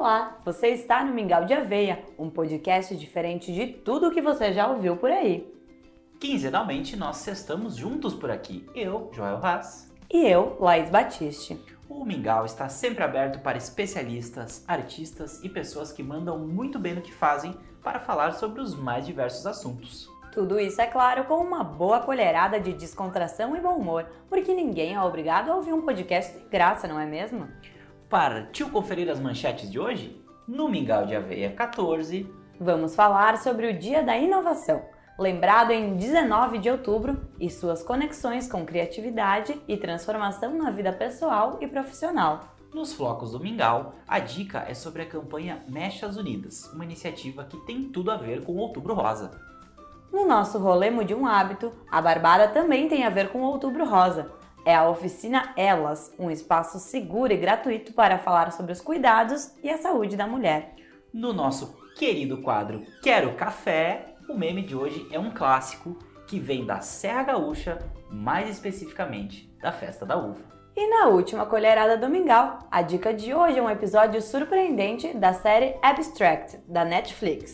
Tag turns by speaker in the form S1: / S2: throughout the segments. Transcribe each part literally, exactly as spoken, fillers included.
S1: Olá, você está no Mingau de Aveia, um podcast diferente de tudo que você já ouviu por aí.
S2: Quinzenalmente nós estamos juntos por aqui, eu, Joel Haas.
S1: E eu, Laís Batiste.
S2: O Mingau está sempre aberto para especialistas, artistas e pessoas que mandam muito bem no que fazem para falar sobre os mais diversos assuntos.
S1: Tudo isso, é claro, com uma boa colherada de descontração e bom humor, porque ninguém é obrigado a ouvir um podcast de graça, não é mesmo?
S2: Partiu conferir as manchetes de hoje? No Mingau de Aveia quatorze,
S1: vamos falar sobre o Dia da Inovação, lembrado em dezenove de outubro, e suas conexões com criatividade e transformação na vida pessoal e profissional.
S2: Nos flocos do Mingau, a dica é sobre a campanha Mechas Unidas, uma iniciativa que tem tudo a ver com o Outubro Rosa.
S1: No nosso rolê Mude um Hábito, a Barbada também tem a ver com o Outubro Rosa. É a oficina Elas, um espaço seguro e gratuito para falar sobre os cuidados e a saúde da mulher.
S2: No nosso querido quadro Quero Café, o meme de hoje é um clássico que vem da Serra Gaúcha, mais especificamente da Festa da Uva.
S1: E na última colherada do Mingau, a dica de hoje é um episódio surpreendente da série Abstract, da Netflix.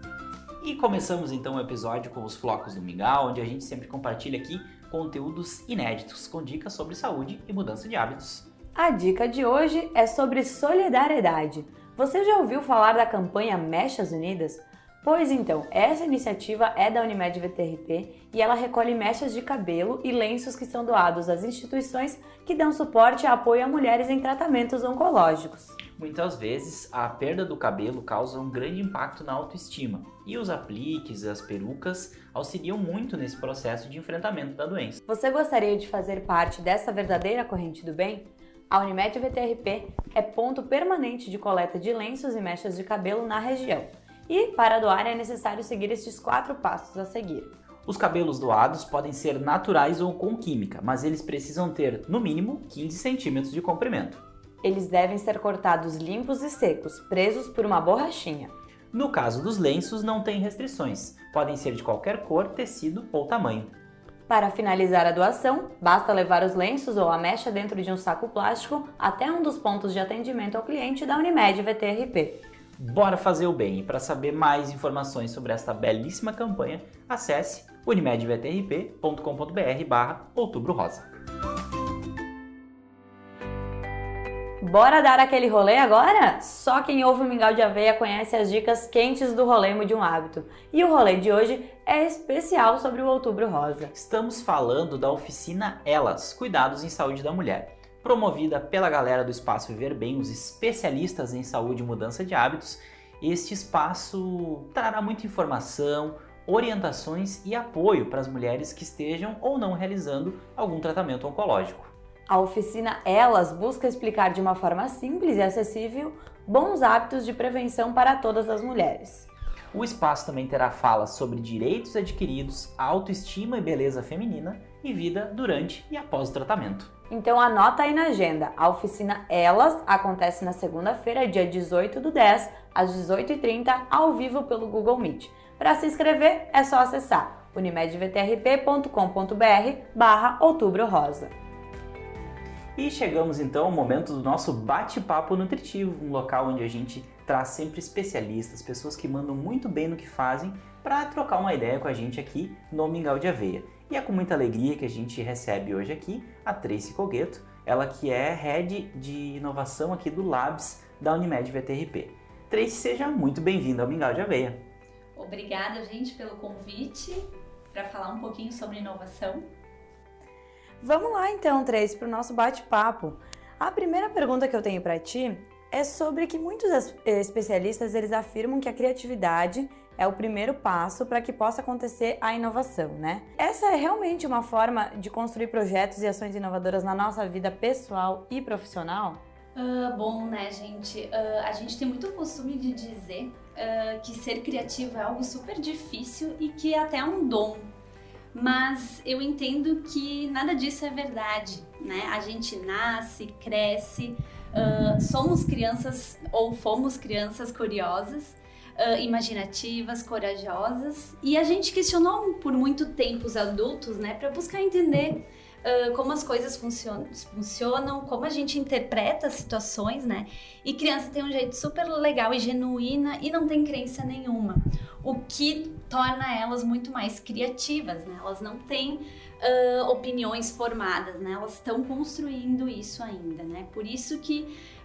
S2: E começamos então o episódio com os flocos do Mingau, onde a gente sempre compartilha aqui conteúdos inéditos com dicas sobre saúde e mudança de hábitos.
S1: A dica de hoje é sobre solidariedade. Você já ouviu falar da campanha Mechas Unidas? Pois então, essa iniciativa é da Unimed V T R P e ela recolhe mechas de cabelo e lenços que são doados às instituições que dão suporte e apoio a mulheres em tratamentos oncológicos.
S2: Muitas vezes, a perda do cabelo causa um grande impacto na autoestima e os apliques e as perucas auxiliam muito nesse processo de enfrentamento da doença.
S1: Você gostaria de fazer parte dessa verdadeira corrente do bem? A Unimed V T R P é ponto permanente de coleta de lenços e mechas de cabelo na região. E, para doar, é necessário seguir estes quatro passos a seguir.
S2: Os cabelos doados podem ser naturais ou com química, mas eles precisam ter, no mínimo, quinze centímetros de comprimento.
S1: Eles devem ser cortados limpos e secos, presos por uma borrachinha.
S2: No caso dos lenços, não tem restrições. Podem ser de qualquer cor, tecido ou tamanho.
S1: Para finalizar a doação, basta levar os lenços ou a mecha dentro de um saco plástico até um dos pontos de atendimento ao cliente da Unimed V T R P.
S2: Bora fazer o bem! E para saber mais informações sobre esta belíssima campanha, acesse unimedvtrp ponto com ponto br barra Outubro Rosa.
S1: Bora dar aquele rolê agora? Só quem ouve o Mingau de Aveia conhece as dicas quentes do rolê Mude um Hábito. E o rolê de hoje é especial sobre o Outubro Rosa.
S2: Estamos falando da oficina Elas, Cuidados em Saúde da Mulher, promovida pela galera do Espaço Viver Bem, os especialistas em saúde e mudança de hábitos. Este espaço trará muita informação, orientações e apoio para as mulheres que estejam ou não realizando algum tratamento oncológico.
S1: A oficina Elas busca explicar de uma forma simples e acessível bons hábitos de prevenção para todas as mulheres.
S2: O espaço também terá falas sobre direitos adquiridos, autoestima e beleza feminina e vida durante e após o tratamento.
S1: Então anota aí na agenda, a oficina Elas acontece na segunda-feira, dia dezoito do dez, às dezoito e trinta, ao vivo pelo Google Meet. Para se inscrever é só acessar unimedvtrp ponto com ponto br barra Outubro Rosa.
S2: E chegamos então ao momento do nosso bate-papo nutritivo, um local onde a gente traz sempre especialistas, pessoas que mandam muito bem no que fazem, para trocar uma ideia com a gente aqui no Mingau de Aveia. E é com muita alegria que a gente recebe hoje aqui a Tracy Cogueto, ela que é Head de Inovação aqui do Labs da Unimed V T R P. Tracy, seja muito bem-vinda ao Mingau de Aveia.
S3: Obrigada, gente, pelo convite para falar um pouquinho sobre inovação.
S1: Vamos lá então, Tracy, para o nosso bate-papo. A primeira pergunta que eu tenho para ti é sobre que muitos especialistas eles afirmam que a criatividade é o primeiro passo para que possa acontecer a inovação, né? Essa é realmente uma forma de construir projetos e ações inovadoras na nossa vida pessoal e profissional?
S3: Uh, bom, né, gente? Uh, a gente tem muito o costume de dizer uh, que ser criativo é algo super difícil e que é até um dom. Mas eu entendo que nada disso é verdade, né? A gente nasce, cresce, uh, somos crianças ou fomos crianças curiosas, uh, imaginativas, corajosas, e a gente questionou por muito tempo os adultos, né, para buscar entender uh, como as coisas funcionam, funcionam, como a gente interpreta as situações, né? E criança tem um jeito super legal e genuína e não tem crença nenhuma, o que torna elas muito mais criativas, né? Elas não têm uh, opiniões formadas, né? Elas estão construindo isso ainda, né? Por isso que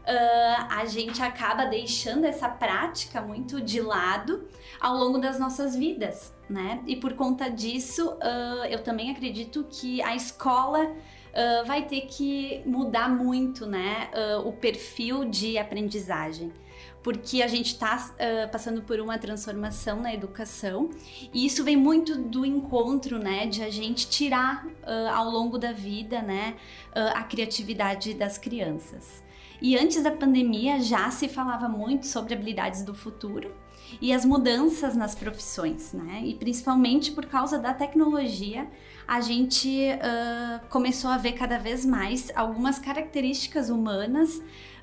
S3: uh, a gente acaba deixando essa prática muito de lado ao longo das nossas vidas, né? E por conta disso, uh, eu também acredito que a escola Uh, vai ter que mudar muito, né, uh, o perfil de aprendizagem, porque a gente está uh, passando por uma transformação na educação e isso vem muito do encontro, né, de a gente tirar uh, ao longo da vida, né, uh, a criatividade das crianças. E antes da pandemia já se falava muito sobre habilidades do futuro e as mudanças nas profissões, né? E principalmente por causa da tecnologia, a gente uh, começou a ver cada vez mais algumas características humanas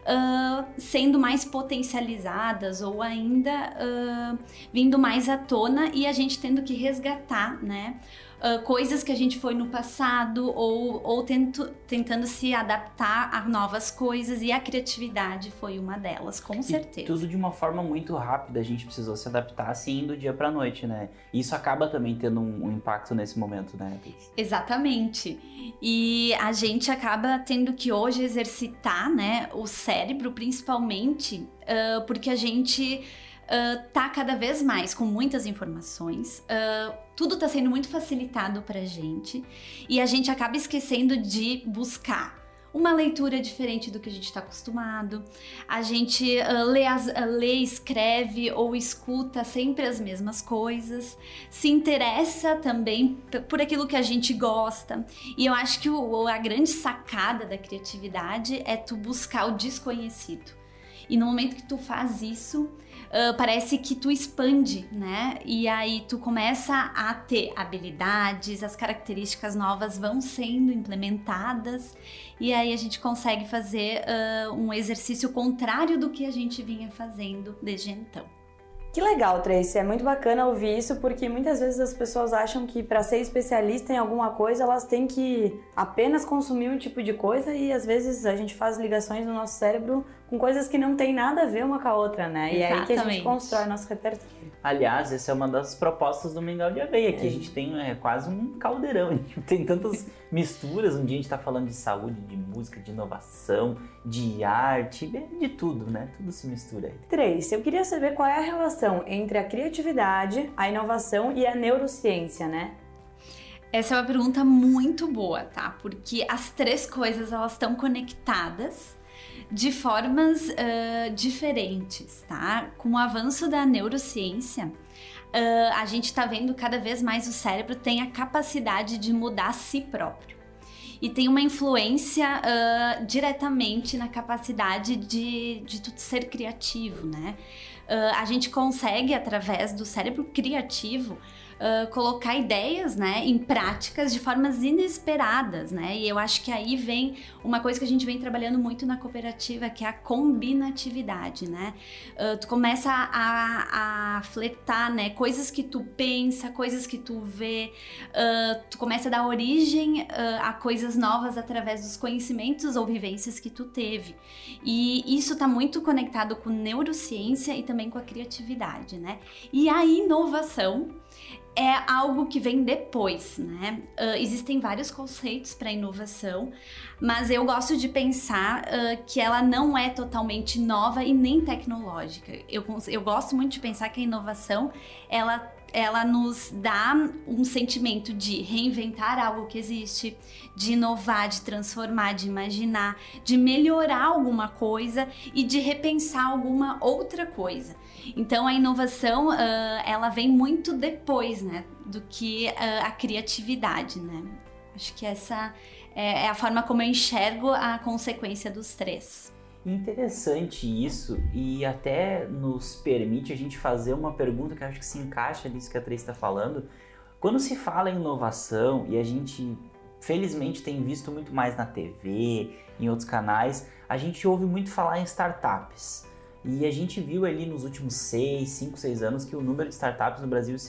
S3: uh, sendo mais potencializadas ou ainda uh, vindo mais à tona e a gente tendo que resgatar, né? Uh, coisas que a gente foi no passado ou, ou tento, tentando se adaptar a novas coisas e a criatividade foi uma delas, com certeza.
S2: E tudo de uma forma muito rápida, a gente precisou se adaptar assim do dia pra noite, né? E isso acaba também tendo um, um impacto nesse momento, né?
S3: Exatamente. E a gente acaba tendo que hoje exercitar, né, o cérebro, principalmente uh, porque a gente Uh, tá cada vez mais com muitas informações, uh, tudo tá sendo muito facilitado pra gente e a gente acaba esquecendo de buscar uma leitura diferente do que a gente está acostumado, a gente uh, lê, as, uh, lê, escreve ou escuta sempre as mesmas coisas, se interessa também por aquilo que a gente gosta e eu acho que o, a grande sacada da criatividade é tu buscar o desconhecido e no momento que tu faz isso, Uh, parece que tu expande, né? E aí tu começa a ter habilidades, as características novas vão sendo implementadas e aí a gente consegue fazer uh, um exercício contrário do que a gente vinha fazendo desde então.
S1: Que legal, Tracy. É muito bacana ouvir isso, porque muitas vezes as pessoas acham que para ser especialista em alguma coisa, elas têm que apenas consumir um tipo de coisa e às vezes a gente faz ligações no nosso cérebro com coisas que não tem nada a ver uma com a outra, né? E é aí que a gente constrói nosso repertório.
S2: Aliás, essa é uma das propostas do Mingau de Aveia, que é. a gente tem é, quase um caldeirão, a gente tem tantas misturas, um dia a gente tá falando de saúde, de música, de inovação, de arte, de tudo, né? Tudo se mistura aí.
S1: Tracy, eu queria saber qual é a relação entre a criatividade, a inovação e a neurociência, né?
S3: Essa é uma pergunta muito boa, tá? Porque as três coisas, elas estão conectadas de formas uh, diferentes, tá? Com o avanço da neurociência, uh, a gente tá vendo cada vez mais o cérebro tem a capacidade de mudar a si próprio. E tem uma influência uh, diretamente na capacidade de, de tu ser criativo, né? Uh, a gente consegue, através do cérebro criativo, Uh, colocar ideias, né, em práticas de formas inesperadas, né? E eu acho que aí vem uma coisa que a gente vem trabalhando muito na cooperativa, que é a combinatividade, né? Uh, tu começa a, a flertar, né, coisas que tu pensa, coisas que tu vê, uh, tu começa a dar origem uh, a coisas novas através dos conhecimentos ou vivências que tu teve. E isso tá muito conectado com neurociência e também com a criatividade, né? E a inovação é algo que vem depois, né? Uh, existem vários conceitos para inovação, mas eu gosto de pensar uh, que ela não é totalmente nova e nem tecnológica. Eu, eu gosto muito de pensar que a inovação, ela ela nos dá um sentimento de reinventar algo que existe, de inovar, de transformar, de imaginar, de melhorar alguma coisa e de repensar alguma outra coisa. Então a inovação, uh, ela vem muito depois, né, do que uh, a criatividade, né? Acho que essa é a forma como eu enxergo a consequência dos três.
S2: Interessante isso, e até nos permite a gente fazer uma pergunta que eu acho que se encaixa nisso que a Tracy está falando. Quando se fala em inovação, e a gente felizmente tem visto muito mais na T V, em outros canais, a gente ouve muito falar em startups. E a gente viu ali nos últimos seis, cinco, seis anos que o número de startups no Brasil sim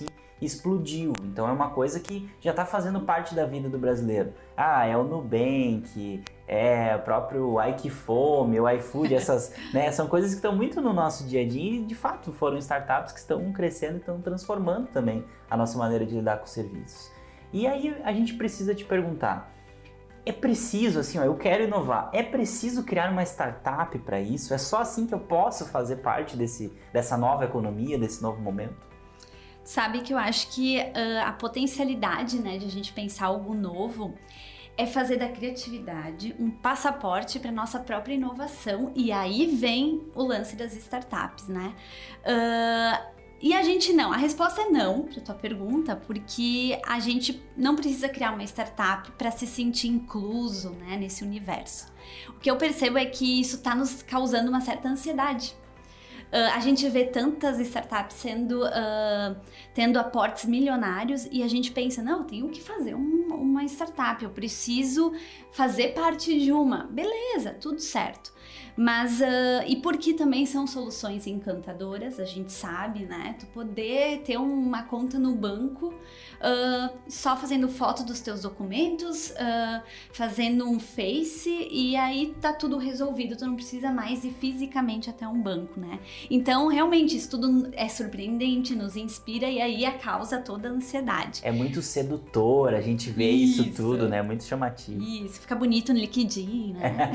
S2: explodiu. Então é uma coisa que já está fazendo parte da vida do brasileiro. Ah, é o Nubank, é o próprio iFome, o iFood, essas, né, são coisas que estão muito no nosso dia a dia e de fato foram startups que estão crescendo e estão transformando também a nossa maneira de lidar com os serviços. E aí a gente precisa te perguntar, é preciso, assim, ó, eu quero inovar, é preciso criar uma startup para isso? É só assim que eu posso fazer parte desse, dessa nova economia, desse novo momento?
S3: Sabe que eu acho que uh, a potencialidade, né, de a gente pensar algo novo é fazer da criatividade um passaporte para nossa própria inovação, e aí vem o lance das startups, né? Uh, E a gente não, a resposta é não para tua pergunta, porque a gente não precisa criar uma startup para se sentir incluso, né, nesse universo. O que eu percebo é que isso está nos causando uma certa ansiedade. Uh, a gente vê tantas startups sendo, uh, tendo aportes milionários e a gente pensa, não, eu tenho que fazer um, uma startup, eu preciso fazer parte de uma. Beleza, tudo certo. Mas, uh, e porque também são soluções encantadoras, a gente sabe, né? Tu poder ter uma conta no banco uh, só fazendo foto dos teus documentos, uh, fazendo um Face e aí tá tudo resolvido, tu não precisa mais ir fisicamente até um banco, né? Então, realmente, isso tudo é surpreendente, nos inspira e aí causa toda a ansiedade.
S2: É muito sedutor, a gente vê isso, isso tudo, né? Muito chamativo.
S3: Isso, fica bonito no liquidinho, né?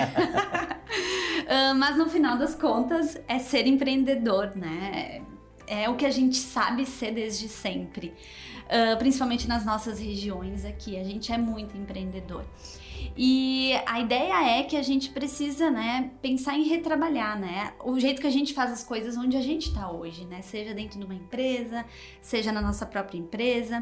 S3: Uh, mas no final das contas é ser empreendedor, né? É o que a gente sabe ser desde sempre, uh, principalmente nas nossas regiões aqui, a gente é muito empreendedor. E a ideia é que a gente precisa, né, pensar em retrabalhar, né, o jeito que a gente faz as coisas onde a gente está hoje, né, seja dentro de uma empresa, seja na nossa própria empresa,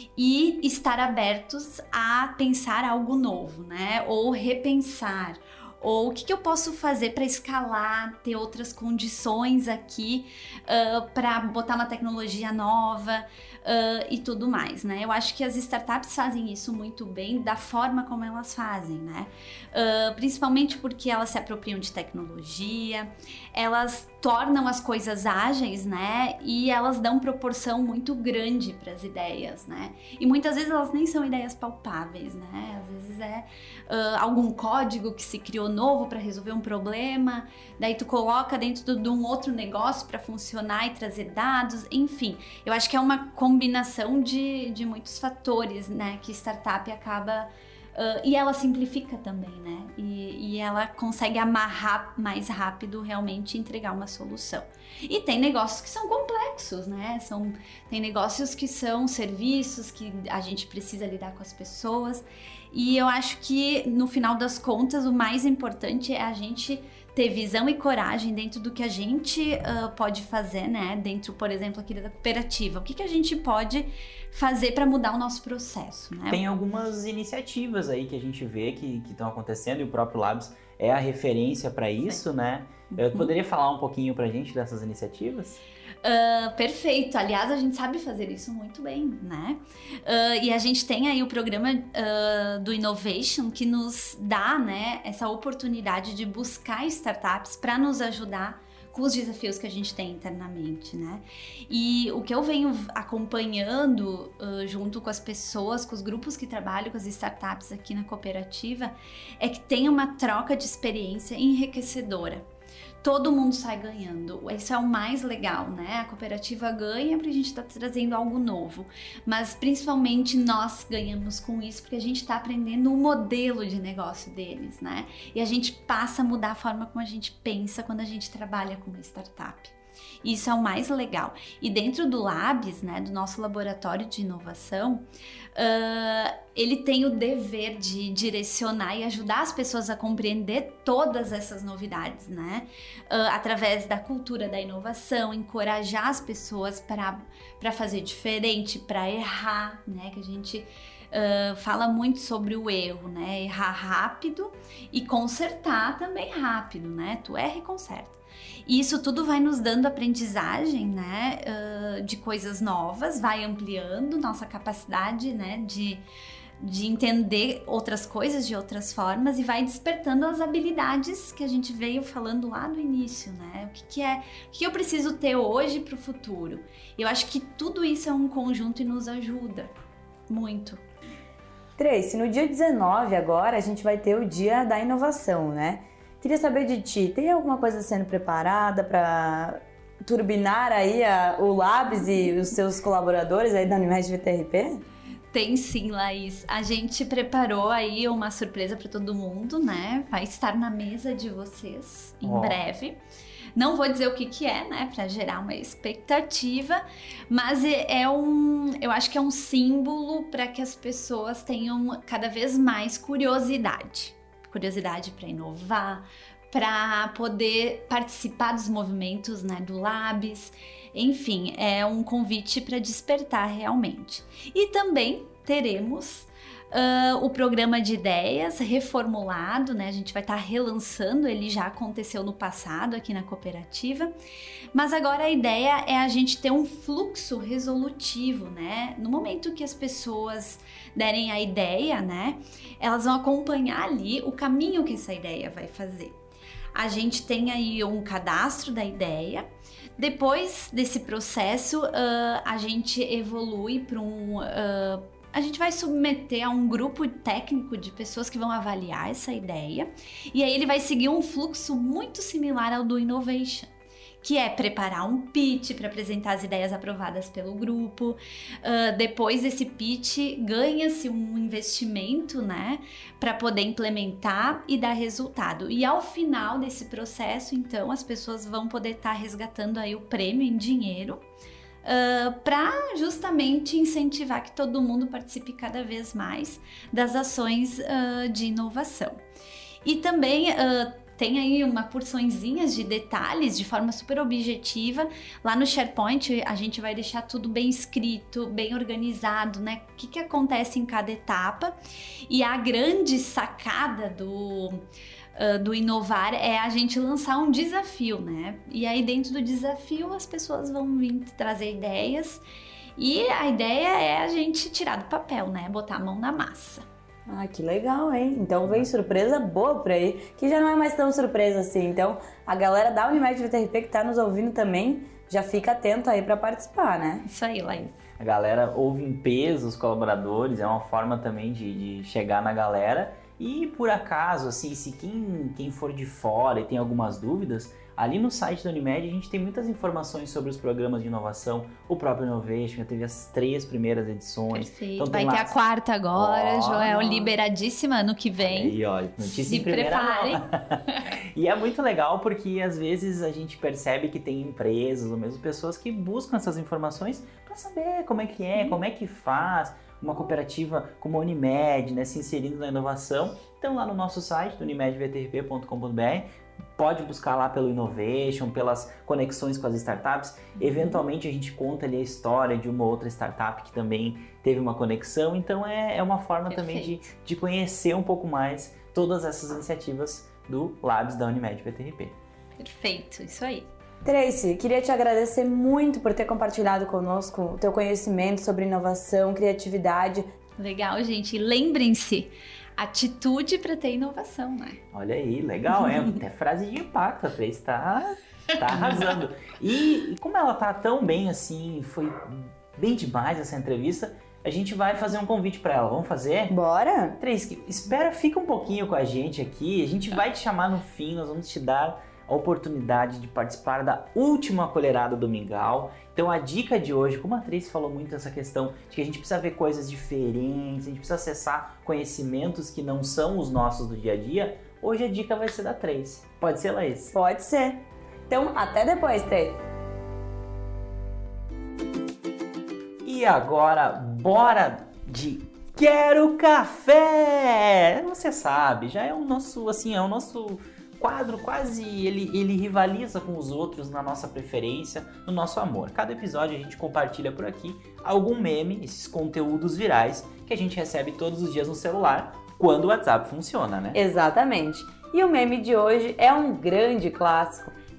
S3: e estar abertos a pensar algo novo, né, ou repensar. Ou o que, que eu posso fazer para escalar, ter outras condições aqui uh, para botar uma tecnologia nova uh, e tudo mais, né? Eu acho que as startups fazem isso muito bem da forma como elas fazem, né? Uh, principalmente porque elas se apropriam de tecnologia, elas tornam as coisas ágeis, né? E elas dão proporção muito grande para as ideias, né? E muitas vezes elas nem são ideias palpáveis, né? Às vezes é uh, algum código que se criou novo para resolver um problema, daí tu coloca dentro de um outro negócio para funcionar e trazer dados, enfim. Eu acho que é uma combinação de, de muitos fatores, né? Que startup acaba... Uh, e ela simplifica também, né? E, e ela consegue amarrar mais rápido realmente e entregar uma solução. E tem negócios que são complexos, né? São, tem negócios que são serviços que a gente precisa lidar com as pessoas. E eu acho que no final das contas o mais importante é a gente ter visão e coragem dentro do que a gente uh, pode fazer, né? Dentro, por exemplo, aqui da cooperativa. O que, que a gente pode fazer para mudar o nosso processo, né?
S2: Tem algumas iniciativas aí que a gente vê que estão acontecendo e o próprio Labs é a referência para isso, Sim. né? Eu poderia falar um pouquinho pra gente dessas iniciativas?
S3: Uh, perfeito, aliás a gente sabe fazer isso muito bem, né? Uh, e a gente tem aí o programa uh, do Innovation que nos dá, né, essa oportunidade de buscar startups para nos ajudar com os desafios que a gente tem internamente, né? E o que eu venho acompanhando uh, junto com as pessoas, com os grupos que trabalham com as startups aqui na cooperativa, é que tem uma troca de experiência enriquecedora. Todo mundo sai ganhando, isso é o mais legal, né? A cooperativa ganha porque a gente está trazendo algo novo, mas principalmente nós ganhamos com isso porque a gente está aprendendo o modelo de negócio deles, né? E a gente passa a mudar a forma como a gente pensa quando a gente trabalha com uma startup. Isso é o mais legal. E dentro do Labs, né, do nosso laboratório de inovação, uh, ele tem o dever de direcionar e ajudar as pessoas a compreender todas essas novidades, né? Uh, através da cultura da inovação, encorajar as pessoas para fazer diferente, para errar, né? Que a gente Uh, fala muito sobre o erro, né? Errar rápido e consertar também rápido, né? Tu erra e conserta. E isso tudo vai nos dando aprendizagem, né? Uh, de coisas novas, vai ampliando nossa capacidade, né? De, de entender outras coisas de outras formas e vai despertando as habilidades que a gente veio falando lá no início, né? O que, que é, o que eu preciso ter hoje para o futuro? Eu acho que tudo isso é um conjunto e nos ajuda muito.
S1: Tracy, no dia dezenove agora a gente vai ter o Dia da Inovação, né? Queria saber de ti, tem alguma coisa sendo preparada para turbinar aí a, o Labs e os seus colaboradores aí da Unimed V T R P?
S3: Tem sim, Laís. A gente preparou aí uma surpresa para todo mundo, né? Vai estar na mesa de vocês em oh. breve. Não vou dizer o que que é, né, para gerar uma expectativa, mas é um, eu acho que é um símbolo para que as pessoas tenham cada vez mais curiosidade. Curiosidade para inovar, para poder participar dos movimentos, né, do Labs. Enfim, é um convite para despertar realmente. E também teremos uh, o programa de ideias reformulado, né? A gente vai estar tá relançando, ele já aconteceu no passado aqui na cooperativa, mas agora a ideia é a gente ter um fluxo resolutivo, né? No momento que as pessoas derem a ideia, né, elas vão acompanhar ali o caminho que essa ideia vai fazer. A gente tem aí um cadastro da ideia. Depois desse processo, uh, a gente evolui para um... Uh, a gente vai submeter a um grupo técnico de pessoas que vão avaliar essa ideia. E aí ele vai seguir um fluxo muito similar ao do Innovation, que é preparar um pitch para apresentar as ideias aprovadas pelo grupo. Uh, depois desse pitch, ganha-se um investimento, né, para poder implementar e dar resultado. E ao final desse processo, então, as pessoas vão poder estar tá resgatando aí o prêmio em dinheiro, uh, para justamente incentivar que todo mundo participe cada vez mais das ações uh, de inovação. E também... Uh, Tem aí uma porçõezinhas de detalhes de forma super objetiva. Lá no SharePoint a gente vai deixar tudo bem escrito, bem organizado, né? O que, que acontece em cada etapa. E a grande sacada do, uh, do inovar é a gente lançar um desafio, né? E aí dentro do desafio as pessoas vão vir trazer ideias. E a ideia é a gente tirar do papel, né? Botar a mão na massa.
S1: Ah, que legal, hein? Então vem surpresa boa por aí, que já não é mais tão surpresa assim. Então a galera da Unimed V T R P que tá nos ouvindo também, já fica atento aí para participar, né?
S3: Isso aí, Laís.
S2: A galera ouve em peso os colaboradores, é uma forma também de, de chegar na galera. E por acaso, assim, se quem, quem for de fora e tem algumas dúvidas, ali no site da Unimed a gente tem muitas informações sobre os programas de inovação, o próprio Innovation, já teve as três primeiras edições.
S3: Perfeito, então, vai ter lá... a quarta agora, oh, Joel, liberadíssima ano que vem.
S2: Aí, ó, notícia
S3: Se
S2: em primeira
S3: preparem.
S2: mão. E é muito legal porque às vezes a gente percebe que tem empresas ou mesmo pessoas que buscam essas informações para saber como é que é, como é que faz uma cooperativa como a Unimed, né, se inserindo na inovação. Então lá no nosso site, do unimed v t r p ponto com ponto b r, pode buscar lá pelo Innovation, pelas conexões com as startups. Eventualmente a gente conta ali a história de uma outra startup que também teve uma conexão. Então é, é uma forma Perfeito. também de, de conhecer um pouco mais todas essas iniciativas do Labs da Unimed V T R P.
S3: Perfeito, isso aí.
S1: Tracy, queria te agradecer muito por ter compartilhado conosco o teu conhecimento sobre inovação, criatividade.
S3: Legal, gente. Lembrem-se, atitude para ter inovação, né?
S2: Olha aí, legal, é até frase de impacto, a Tracy tá, tá arrasando. E, e como ela tá tão bem assim, foi bem demais essa entrevista, a gente vai fazer um convite para ela. Vamos fazer?
S1: Bora!
S2: Tracy, espera, fica um pouquinho com a gente aqui, a gente vai te chamar no fim, nós vamos te dar a oportunidade de participar da última colherada do Mingau. Então a dica de hoje, como a Tracy falou muito essa questão de que a gente precisa ver coisas diferentes, a gente precisa acessar conhecimentos que não são os nossos do dia a dia, hoje a dica vai ser da Tracy. Pode ser, Laís?
S1: Pode ser. Então até depois, Tracy.
S2: E agora, bora de Quero Café! Você sabe, já é o nosso, assim, é o nosso quadro quase, ele, ele rivaliza com os outros na nossa preferência, no nosso amor. Cada episódio a gente compartilha por aqui algum meme, esses conteúdos virais que a gente recebe todos os dias no celular, quando o WhatsApp funciona, né?
S1: Exatamente. E o meme de hoje é um grande clássico.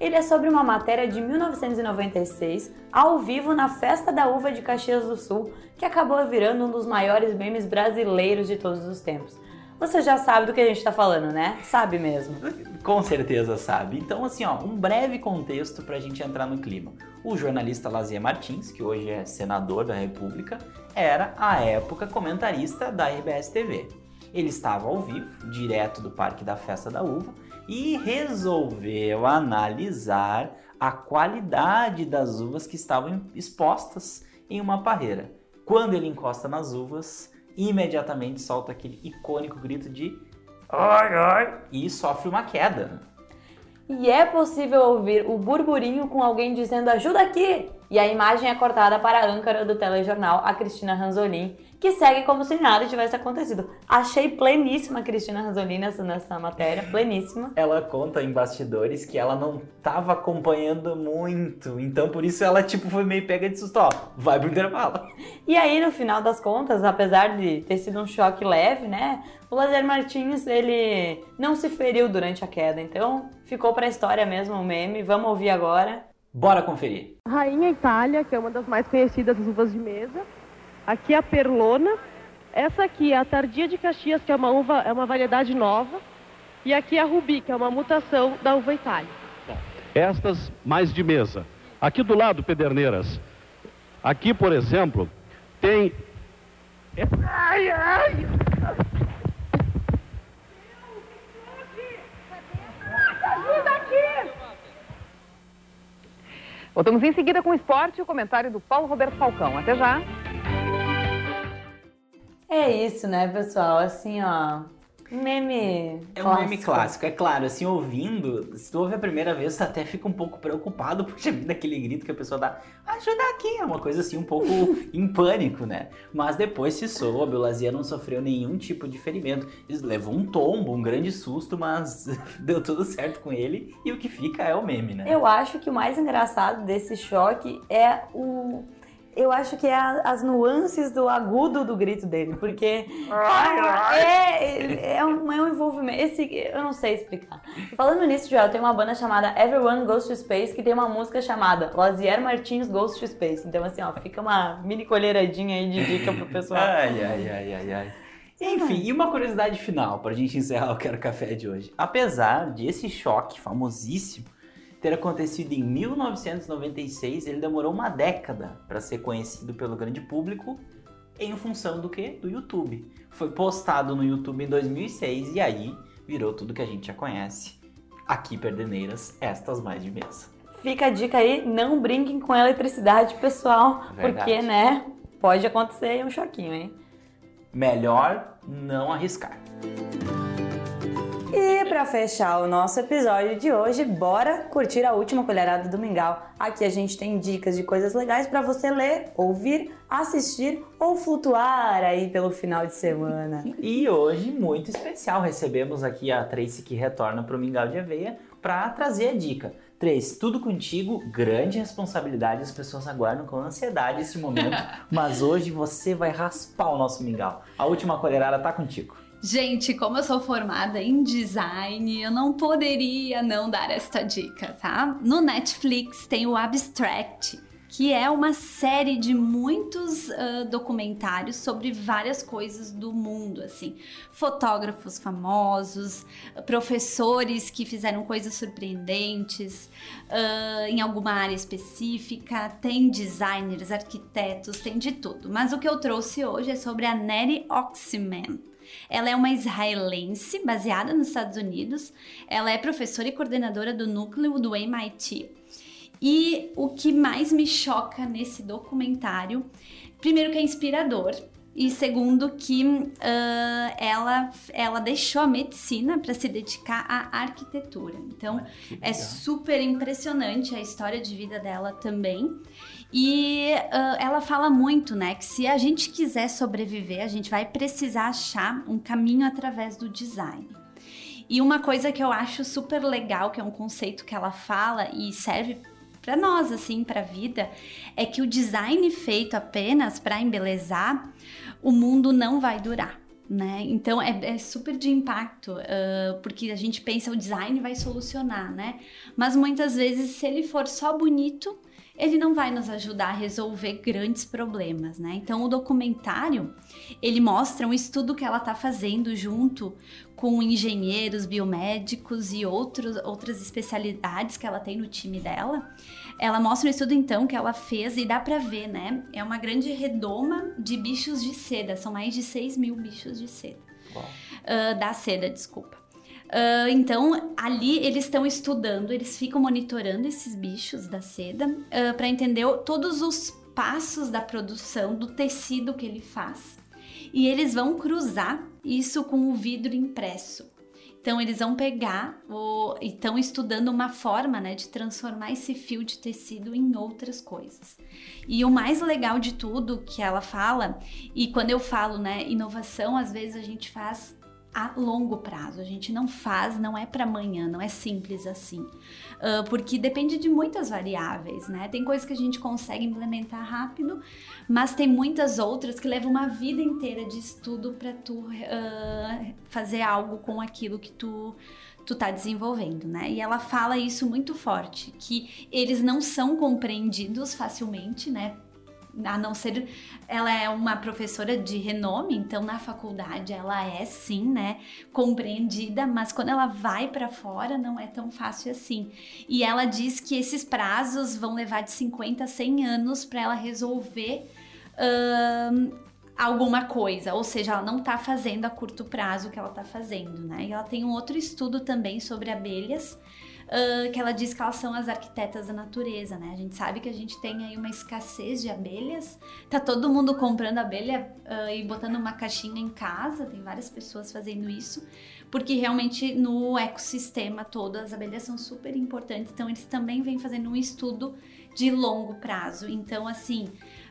S1: Ele é sobre uma matéria de mil novecentos e noventa e seis, ao vivo na Festa da Uva de Caxias do Sul, que acabou virando um dos maiores memes brasileiros de todos os tempos. Você já sabe do que a gente tá falando, né? Sabe mesmo.
S2: Com certeza sabe. Então, assim, ó, um breve contexto pra gente entrar no clima. O jornalista Lazier Martins, que hoje é senador da República, era, à época, comentarista da R B S T V. Ele estava ao vivo, direto do Parque da Festa da Uva, e resolveu analisar a qualidade das uvas que estavam expostas em uma parreira. Quando ele encosta nas uvas, imediatamente solta aquele icônico grito de ai, ai, e sofre uma queda.
S1: E é possível ouvir o burburinho com alguém dizendo ajuda aqui! E a imagem é cortada para a âncora do telejornal, a Cristina Ranzolin, que segue como se nada tivesse acontecido. Achei pleníssima a Cristina Ranzolin nessa, nessa matéria, pleníssima.
S2: Ela conta em bastidores que ela não estava acompanhando muito, então por isso ela tipo foi meio pega de susto, ó, vai pro intervalo.
S1: E aí, no final das contas, apesar de ter sido um choque leve, né, o Lazier Martins, ele não se feriu durante a queda, então ficou pra história mesmo o meme. Vamos ouvir agora.
S2: Bora conferir.
S4: Rainha Itália, que é uma das mais conhecidas das uvas de mesa. Aqui a Perlona. Essa aqui é a Tardia de Caxias, que é uma uva, é uma variedade nova. E aqui a Rubi, que é uma mutação da uva Itália.
S5: Estas mais de mesa. Aqui do lado, Pederneiras. Aqui, por exemplo, tem... Ai, ai!
S4: Ajuda aqui! Voltamos em seguida com o esporte e o comentário do Paulo Roberto Falcão. Até já!
S1: É isso, né, pessoal? Assim, ó, meme
S2: É um
S1: clássico.
S2: meme clássico, é claro, assim, ouvindo, se tu ouve a primeira vez, tu até fica um pouco preocupado, porque já vem aquele grito que a pessoa dá, ajuda aqui, é uma coisa assim, um pouco em pânico, né? Mas depois se soube, o Lazier não sofreu nenhum tipo de ferimento, ele levou um tombo, um grande susto, mas deu tudo certo com ele, e o que fica é o meme, né?
S1: Eu acho que o mais engraçado desse choque é o... Eu acho que é a, as nuances do agudo do grito dele, porque é, é, um, é um envolvimento, esse, eu não sei explicar. Falando nisso, Joel, tem uma banda chamada Everyone Goes to Space, que tem uma música chamada Lazier Martins Goes to Space. Então assim, ó, fica uma mini colheradinha aí de dica pro pessoal.
S2: Ai, ai, ai, ai, ai. Enfim, e uma curiosidade final, pra gente encerrar o Quero Café de hoje. Apesar de esse choque famosíssimo ter acontecido em mil novecentos e noventa e seis, ele demorou uma década para ser conhecido pelo grande público em função do quê? Do YouTube. Foi postado no YouTube em dois mil e seis e aí virou tudo que a gente já conhece. Aqui, Pederneiras, estas mais de mesa.
S1: Fica a dica aí, não brinquem com a eletricidade, pessoal,
S2: Verdade.
S1: porque, né, pode acontecer um choquinho, hein?
S2: Melhor não arriscar.
S1: E para fechar o nosso episódio de hoje, bora curtir a última colherada do Mingau. Aqui a gente tem dicas de coisas legais para você ler, ouvir, assistir ou flutuar aí pelo final de semana.
S2: E hoje, muito especial, recebemos aqui a Tracy, que retorna para o Mingau de Aveia para trazer a dica. Tracy, tudo contigo, grande responsabilidade, as pessoas aguardam com ansiedade esse momento, mas hoje você vai raspar o nosso Mingau. A última colherada tá contigo.
S3: Gente, como eu sou formada em design, eu não poderia não dar esta dica, tá? No Netflix tem o Abstract, que é uma série de muitos uh, documentários sobre várias coisas do mundo, assim. Fotógrafos famosos, professores que fizeram coisas surpreendentes uh, em alguma área específica, tem designers, arquitetos, tem de tudo. Mas o que eu trouxe hoje é sobre a Nettie Oxman. Ela é uma israelense baseada nos Estados Unidos, ela é professora e coordenadora do núcleo do M I T. E o que mais me choca nesse documentário, primeiro que é inspirador, e segundo que uh, ela, ela deixou a medicina para se dedicar à arquitetura. Então é super impressionante a história de vida dela também. E uh, ela fala muito, né, que se a gente quiser sobreviver, a gente vai precisar achar um caminho através do design. E uma coisa que eu acho super legal, que é um conceito que ela fala e serve para nós, assim, para a vida, é que o design feito apenas para embelezar, o mundo não vai durar. né? Então é, é super de impacto, uh, porque a gente pensa o design vai solucionar, né? Mas muitas vezes, se ele for só bonito, ele não vai nos ajudar a resolver grandes problemas, né? Então o documentário, ele mostra um estudo que ela está fazendo junto com engenheiros, biomédicos e outros, outras especialidades que ela tem no time dela. Ela mostra um estudo, então, que ela fez e dá pra ver, né? É uma grande redoma de bichos de seda. São mais de seis mil bichos de seda. Uh, da seda, desculpa. Uh, então, ali eles estão estudando, eles ficam monitorando esses bichos da seda uh, para entender todos os passos da produção do tecido que ele faz. E eles vão cruzar isso com o vidro impresso. Então, eles vão pegar o, e estão estudando uma forma, né, de transformar esse fio de tecido em outras coisas. E o mais legal de tudo que ela fala, e quando eu falo, né, inovação, às vezes a gente faz a longo prazo, a gente não faz, não é para amanhã, não é simples assim, uh, porque depende de muitas variáveis, né? Tem coisas que a gente consegue implementar rápido, mas tem muitas outras que levam uma vida inteira de estudo para tu uh, fazer algo com aquilo que tu tu tá desenvolvendo, né? E ela fala isso muito forte, que eles não são compreendidos facilmente, né? A não ser, ela é uma professora de renome, então na faculdade ela é sim, né, compreendida, mas quando ela vai para fora não é tão fácil assim. E ela diz que esses prazos vão levar de cinquenta a cem anos para ela resolver hum, alguma coisa, ou seja, ela não tá fazendo a curto prazo o que ela tá fazendo, né? E ela tem um outro estudo também sobre abelhas, Uh, que ela diz que elas são as arquitetas da natureza, né? A gente sabe que a gente tem aí uma escassez de abelhas, tá todo mundo comprando abelha uh, e botando uma caixinha em casa, tem várias pessoas fazendo isso, porque realmente no ecossistema todo as abelhas são super importantes, então eles também vêm fazendo um estudo de longo prazo. Então, assim,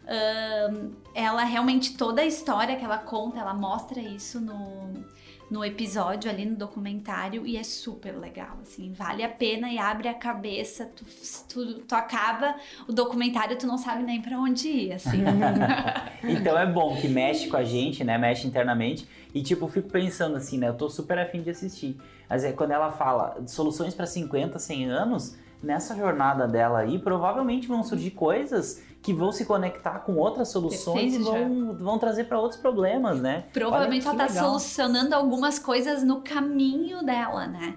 S3: uh, ela realmente, toda a história que ela conta, ela mostra isso no... no episódio ali no documentário e é super legal, assim, vale a pena e abre a cabeça, tu, tu, tu acaba o documentário, tu não sabe nem pra onde ir, assim.
S2: Então é bom que mexe com a gente, né, mexe internamente e tipo, eu fico pensando assim, né, eu tô super afim de assistir, mas é quando ela fala de soluções pra cinquenta, cem anos, nessa jornada dela aí, provavelmente vão surgir coisas que vão se conectar com outras soluções Perfeito, e vão, vão trazer para outros problemas, né?
S3: Provavelmente ela tá legal. solucionando algumas coisas no caminho dela, né?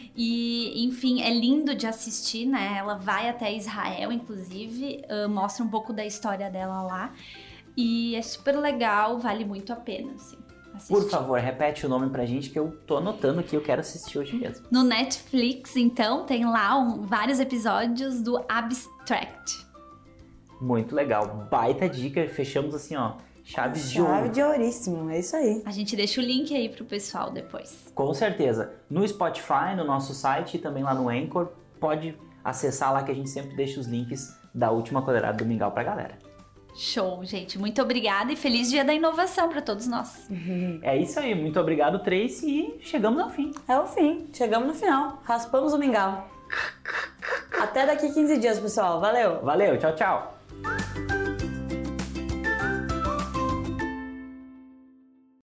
S3: E, enfim, é lindo de assistir, né? Ela vai até Israel, inclusive, uh, mostra um pouco da história dela lá. E é super legal, vale muito a pena, assim. Assistir.
S2: Por favor, repete o nome pra gente que eu tô anotando que eu quero assistir hoje mesmo.
S3: No Netflix, então, tem lá um, vários episódios do Abstract.
S2: Muito legal, baita dica, fechamos assim, ó, chaves de ouro.
S1: Chave de ouríssimo, é isso aí.
S3: A gente deixa o link aí pro pessoal depois.
S2: Com certeza, no Spotify, no nosso site e também lá no Anchor, pode acessar lá que a gente sempre deixa os links da última colherada do mingau pra galera.
S3: Show, gente, muito obrigada e feliz dia da inovação pra todos nós.
S2: Uhum. É isso aí, muito obrigado, Tracy, e chegamos ao fim.
S1: É o fim, chegamos no final, raspamos o mingau. Até daqui quinze dias, pessoal, valeu!
S2: Valeu, tchau, tchau!